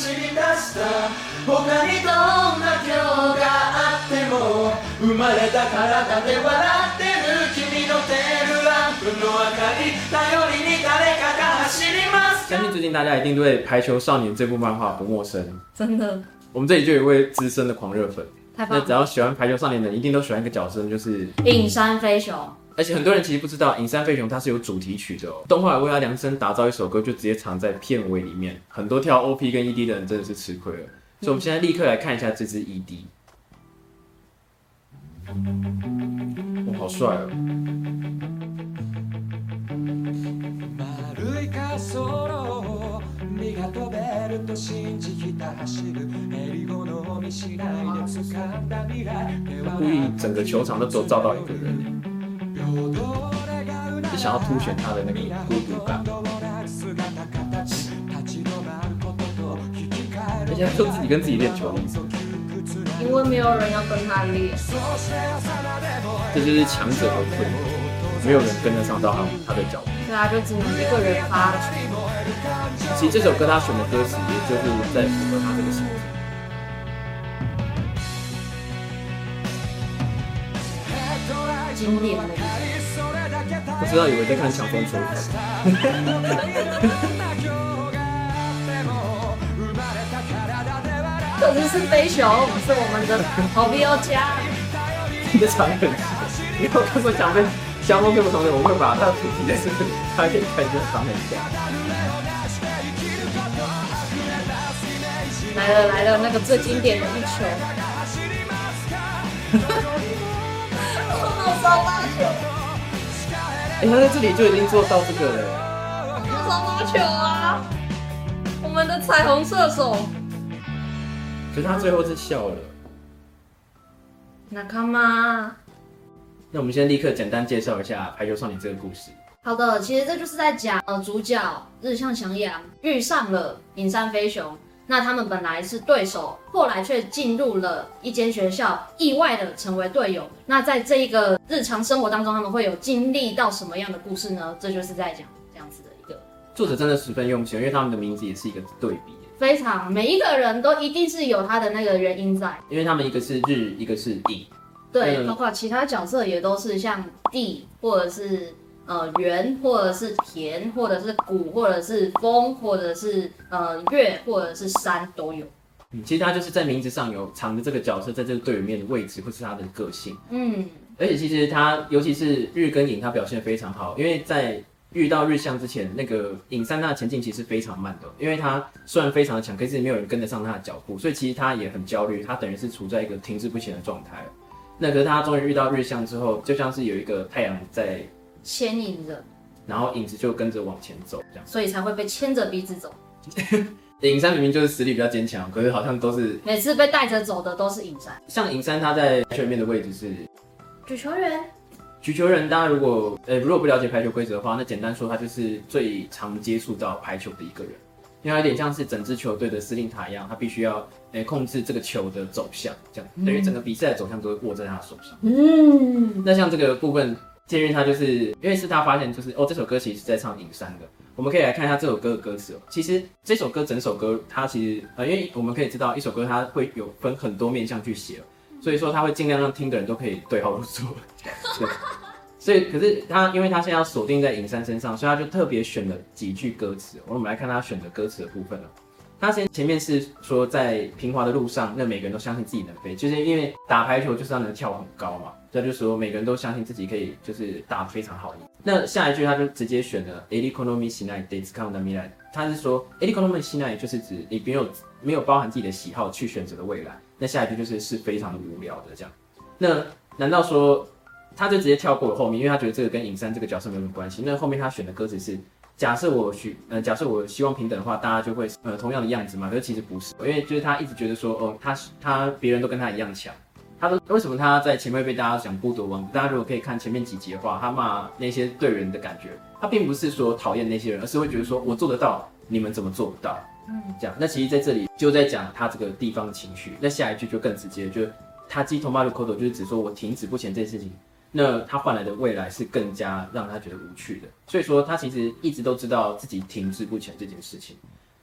走り出した他にどんな今日があっても生まれた体で笑ってる君のテールランプの明かり頼りに誰かが走ります相信最近大家一定对《排球少年》这部漫画不陌生， 真的我们这里就有一位资深的狂热粉。 太棒了。 那只要喜欢《排球少年》的人，一定都喜欢一个角色，就是影山飞雄。 而且很多人其实不知道，影山飞雄它是有主题曲的哦。动画为他量身打造一首歌，就直接藏在片尾里面。很多跳 OP 跟 ED 的人真的是吃亏了。所以我们现在立刻来看一下这支 ED。哇，好帅哦！故意整个球场都只有照到一个人。是想要凸显他的那个孤独感，而且他就自己跟自己练球的意思， 因为没有人要跟他练， 这就是强者而困，没有人跟得上到他的脚步， 所以他就只能一个人发球。 其实这首歌他选的歌词，也就是在符合他这个心情。 经典的。 不知道以为在看强风吹。 可是是飞熊，是我们的好朋友家。 你的长很，你有看过强风吹不同的，我会把它的主题在这里，大家可以看一下长很像。 来了，那个最经典的一球。我烧麻球。 他在这里就已经做到这个了。 烧麻球啊！我们的彩虹射手。 可是他最后是笑了。 那干嘛？ 那我们先立刻简单介绍一下《排球少年》这个故事。 好的，其实这就是在讲主角日向翔阳遇上了影山飞雄。那他们本来是对手，后来却进入了一间学校，意外的成为队友。那在这一个日常生活当中，他们会有经历到什么样的故事呢？这就是在讲这样子的一个。 作者真的十分用心，因为他们的名字也是一个对比， 非常每一个人都一定是有他的那个原因在， 因为他们一个是日，一个是影。 对，包括其他角色也都是像地或者是。圆或者是田，或者是谷，或者是风，或者是月，或者是山都有。 其实他就是在名字上有藏着这个角色在这个队里面的位置，或是他的个性。而且其实他，尤其是日跟影，他表现得非常好，因为在遇到日向之前，那个影山他的前进其实非常慢的，因为他虽然非常的强，可是没有人跟得上他的脚步，所以其实他也很焦虑，他等于是处在一个停滞不前的状态。那可是他终于遇到日向之后，就像是有一个太阳在牵引着， 然后影子就跟着往前走，这样， 所以才会被牵着鼻子走。 影山明明就是实力比较坚强，可是好像都是每次被带着走的都是影山。 像影山他在排球里面的位置是举球员。 举球人，大家如果不了解排球规则的话，那简单说，他就是最常接触到排球的一个人，因为他有点像是整支球队的司令塔一样，他必须要控制这个球的走向，这样等于整个比赛的走向都会握在他手上。那像这个部分。建议他就是因为是他发现就是这首歌其实是在唱影山的，我们可以来看一下这首歌的歌词哦。其实这首歌整首歌它其实因为我们可以知道一首歌它会有分很多面向去写，所以说他会尽量让听的人都可以对号入座。对，所以可是他因为他现在要锁定在影山身上，所以他就特别选了几句歌词。我们来看他选的歌词的部分了。他前面是说在平滑的路上，那每个人都相信自己能飞，就是因为打排球就是要能跳很高嘛，他就说每个人都相信自己可以就是打得非常好。那下一句他就直接选了 Erikonomi Shinai de Tsukau na Mirai， 他是说 Erikonomi Shinai 就是指你没有包含自己的喜好去选择的未来。那下一句是非常的无聊的这样。那难道说他就直接跳过了后面，因为他觉得这个跟影山这个角色没有什么关系。那后面他选的歌词是。假设我希望平等的话，大家就会同样的样子嘛。可是其实不是，因为就是他一直觉得说，他别人都跟他一样强。为什么他在前面被大家讲剥夺王？大家如果可以看前面几集的话，他骂那些队员的感觉，他并不是说讨厌那些人，而是会觉得说我做得到，你们怎么做不到？这样。那其实在这里就在讲他这个地方的情绪。那下一句就更直接，就是他基头马鲁口头就是指说我停止不前这件事情。那他换来的未来是更加让他觉得无趣的，所以说他其实一直都知道自己停滞不前这件事情。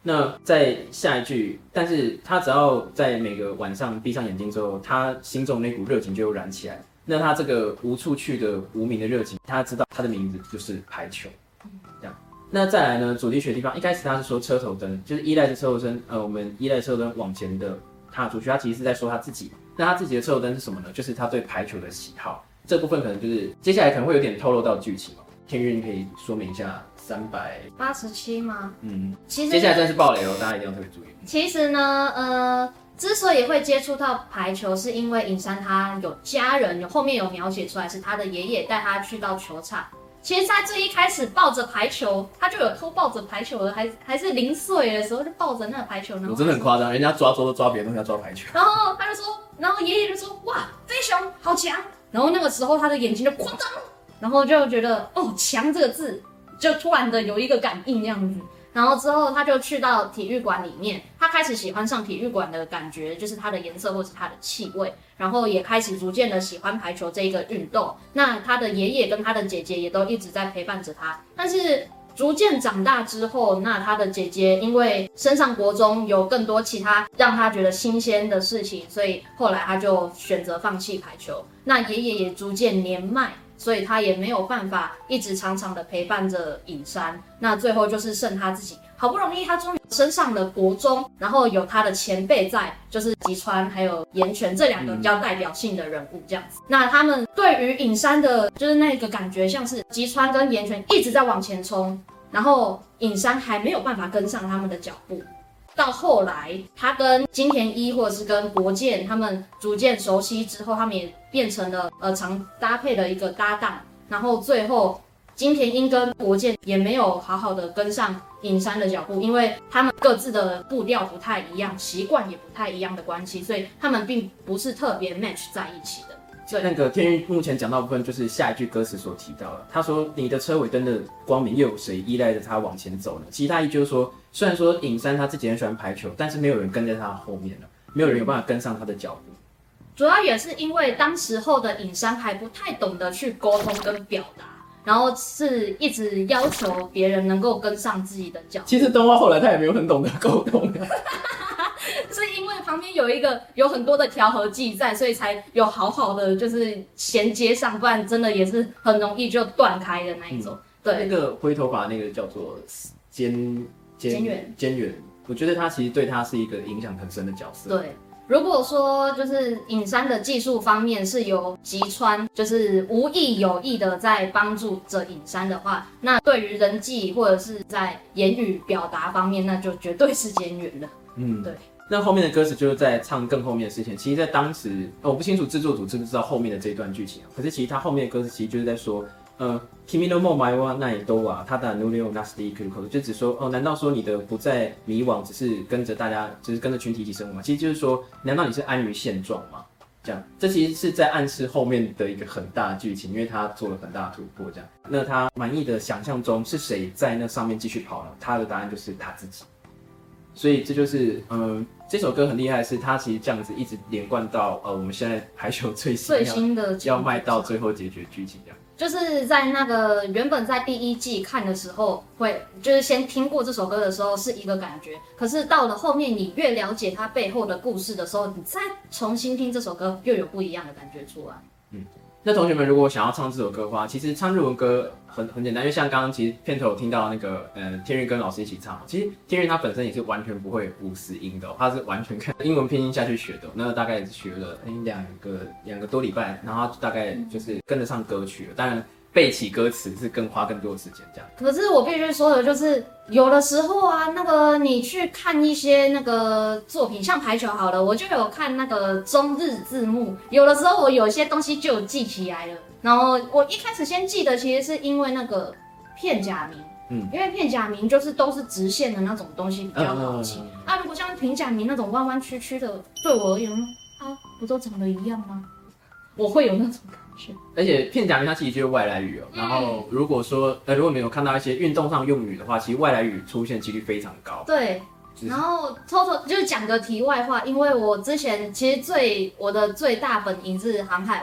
那在下一句，但是他只要在每个晚上闭上眼睛之后，他心中那股热情就又燃起来。那他这个无处去的无名的热情，他知道他的名字就是排球，这样。那再来呢，主题曲的地方，一开始他是说车头灯，就是依赖着车头灯，我们依赖车头灯往前的踏出去，他其实是在说他自己。那他自己的车头灯是什么呢？就是他对排球的喜好。这部分可能就是接下来可能会有点透露到剧情哦。天韵可以说明一下 387吗？其实接下来真的是爆雷哦，大家一定要特别注意。 其实呢，之所以会接触到排球，是因为尹山他有家人，后面有描写出来是他的爷爷带他去到球场。其实，在最一开始抱着排球，他就有偷抱着排球的，还是0岁的时候就抱着那个排球，然后我真的很夸张，人家抓周都抓别的东西，要抓排球。 然后他就说，然后爷爷就说，哇，飞熊好强。然后那个时候他的眼睛就哐当，然后就觉得哦，强这个字就突然的有一个感应这样子。然后之后他就去到体育馆里面，他开始喜欢上体育馆的感觉，就是它的颜色或是它的气味，然后也开始逐渐的喜欢排球这一个运动。那他的爷爷跟他的姐姐也都一直在陪伴着他，但是逐渐长大之后，那他的姐姐因为升上国中有更多其他让他觉得新鲜的事情，所以后来他就选择放弃排球。那爷爷也逐渐年迈，所以他也没有办法一直长长的陪伴着尹山。那最后就是剩他自己，好不容易他终于升上了国中，然后有他的前辈在，就是吉川还有岩泉这2个比较代表性的人物这样子。那他们对于尹山的就是那个感觉，像是吉川跟岩泉一直在往前冲，然后尹山还没有办法跟上他们的脚步。到后来，他跟金田一或者是跟国健他们逐渐熟悉之后，他们也变成了常搭配的一个搭档。然后最后，金田一跟国健也没有好好的跟上尹山的脚步，因为他们各自的步调不太一样，习惯也不太一样的关系，所以他们并不是特别 match 在一起的。 那个天韵目前讲到的部分，就是下一句歌词所提到的。他说：“你的车尾灯的光明，又有谁依赖着它往前走呢？”其实他意就是说，虽然说尹山他自己很喜欢排球，但是没有人跟在他后面了，没有人有办法跟上他的脚步。 主要也是因为当时候的尹山还不太懂得去沟通跟表达，然后是一直要求别人能够跟上自己的脚步。 其实动画后来他也没有很懂得沟通。 是因为旁边有很多的调和剂在，所以才有好好的就是衔接上，不然真的也是很容易就断开的那一种。对， 那个灰头发那个叫做菅原，我觉得他其实对他是一个影响很深的角色。 对，如果说就是尹山的技术方面是由吉川就是无意有意的在帮助着尹山的话，那对于人际或者是在言语表达方面，那就绝对是菅原了。对。 那后面的歌词就是在唱更后面的事情。其实，在当时，我不清楚制作组知不知道后面的这一段剧情。可是，其实他后面的歌词其实就是在说，君の梦前はないとはただ濡れをなしていくこと，就只说，难道说你的不再迷惘，只是跟着大家，只是跟着群体一起生活吗？其实就是说，难道你是安于现状吗？这样，这其实是在暗示后面的一个很大的剧情，因为他做了很大的突破。这样，那他满意的想象中是谁在那上面继续跑呢？他的答案就是他自己。所以这就是，这首歌很厉害的是，它其实这样子一直连贯到我们现在排球最新的要卖到最后解决剧情这样。 就是在那个原本在第1季看的时候，就是先听过这首歌的时候是一个感觉，可是到了后面你越了解它背后的故事的时候，你再重新听这首歌，又有不一样的感觉出来。 那同学们如果想要唱这首歌的话，其实唱日文歌很简单，因为像刚刚其实片头有听到那个天韵跟老师一起唱，其实天韵他本身也是完全不会50音的，他是完全看英文拼音下去学的，那大概也是学了两个多礼拜，然后他大概就是跟得上歌曲了，当然背起歌词是花更多的时间这样。 可是我必须说的就是，有的时候啊，那个你去看一些那个作品，像排球好了，我就有看那个中日字幕，有的时候我有一些东西就有记起来了。然后我一开始先记得，其实是因为那个片假名，因为片假名就是都是直线的那种东西比较好记。如果像平假名那种弯弯曲曲的，对我而言不都长得一样吗？我会有那种感觉。 而且片假名它其实就是外来语然后如果说如果没有看到一些运动上用语的话，其实外来语出现几率非常高。 对。然后就是讲个题外话，因为我之前其实我的最大本营是航海王，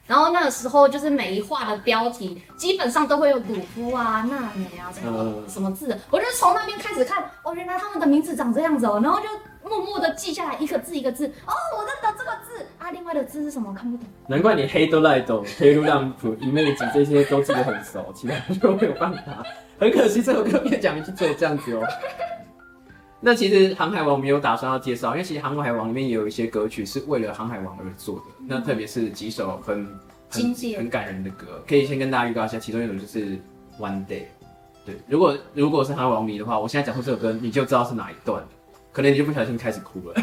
然后那个时候就是每一话的标题基本上都会有鲁夫啊、娜美啊什么字的，我就从那边开始看，哦，原来他们的名字长这样子哦，然后就默默的记下来一个字一个字，哦，我认得这个字啊，另外的字是什么看不懂。 难怪你黑都赖懂，黑路浪普、image 这些都记得很熟，其他就没有办法。很可惜这首歌没讲就只有这样子哦。那其实《航海王》我们有打算要介绍，因为其实《航海王》里面也有一些歌曲是为了《航海王》而做的，那特别是几首很感人的歌，可以先跟大家预告一下，其中一首就是《One Day》。对，如果是《航海王》迷的话，我现在讲出这首歌，你就知道是哪一段了，可能你就不小心开始哭了。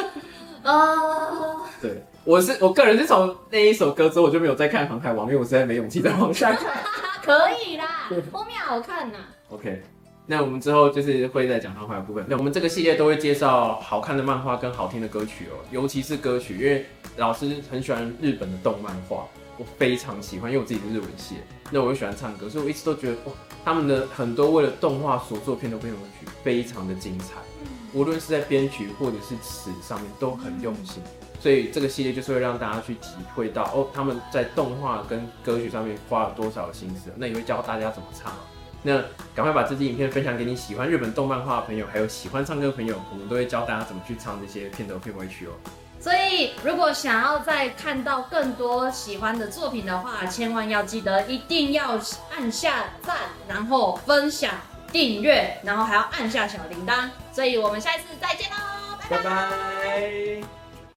对，我个人是从那一首歌之后，我就没有再看《航海王》，因为我实在没勇气再往下看。 可以啦，后面好看呐。 OK。那我们之后就是会再讲航海的部分。那我们这个系列都会介绍好看的漫画跟好听的歌曲哦，尤其是歌曲，因为老师很喜欢日本的动漫画，我非常喜欢，因为我自己是日文系的，那我又喜欢唱歌，所以我一直都觉得哇，他们的很多为了动画所做片头片尾曲非常的精彩，无论是在编曲或者是词上面都很用心。所以这个系列就是会让大家去体会到哦，他们在动画跟歌曲上面花了多少心思，那也会教大家怎么唱。那赶快把这支影片分享给你喜欢日本动漫画的朋友，还有喜欢唱歌的朋友，我们都会教大家怎么去唱这些片头片尾曲哦。 所以如果想要再看到更多喜欢的作品的话，千万要记得一定要按下赞，然后分享、订阅，然后还要按下小铃铛。所以我们下一次再见喽，拜拜。 拜拜。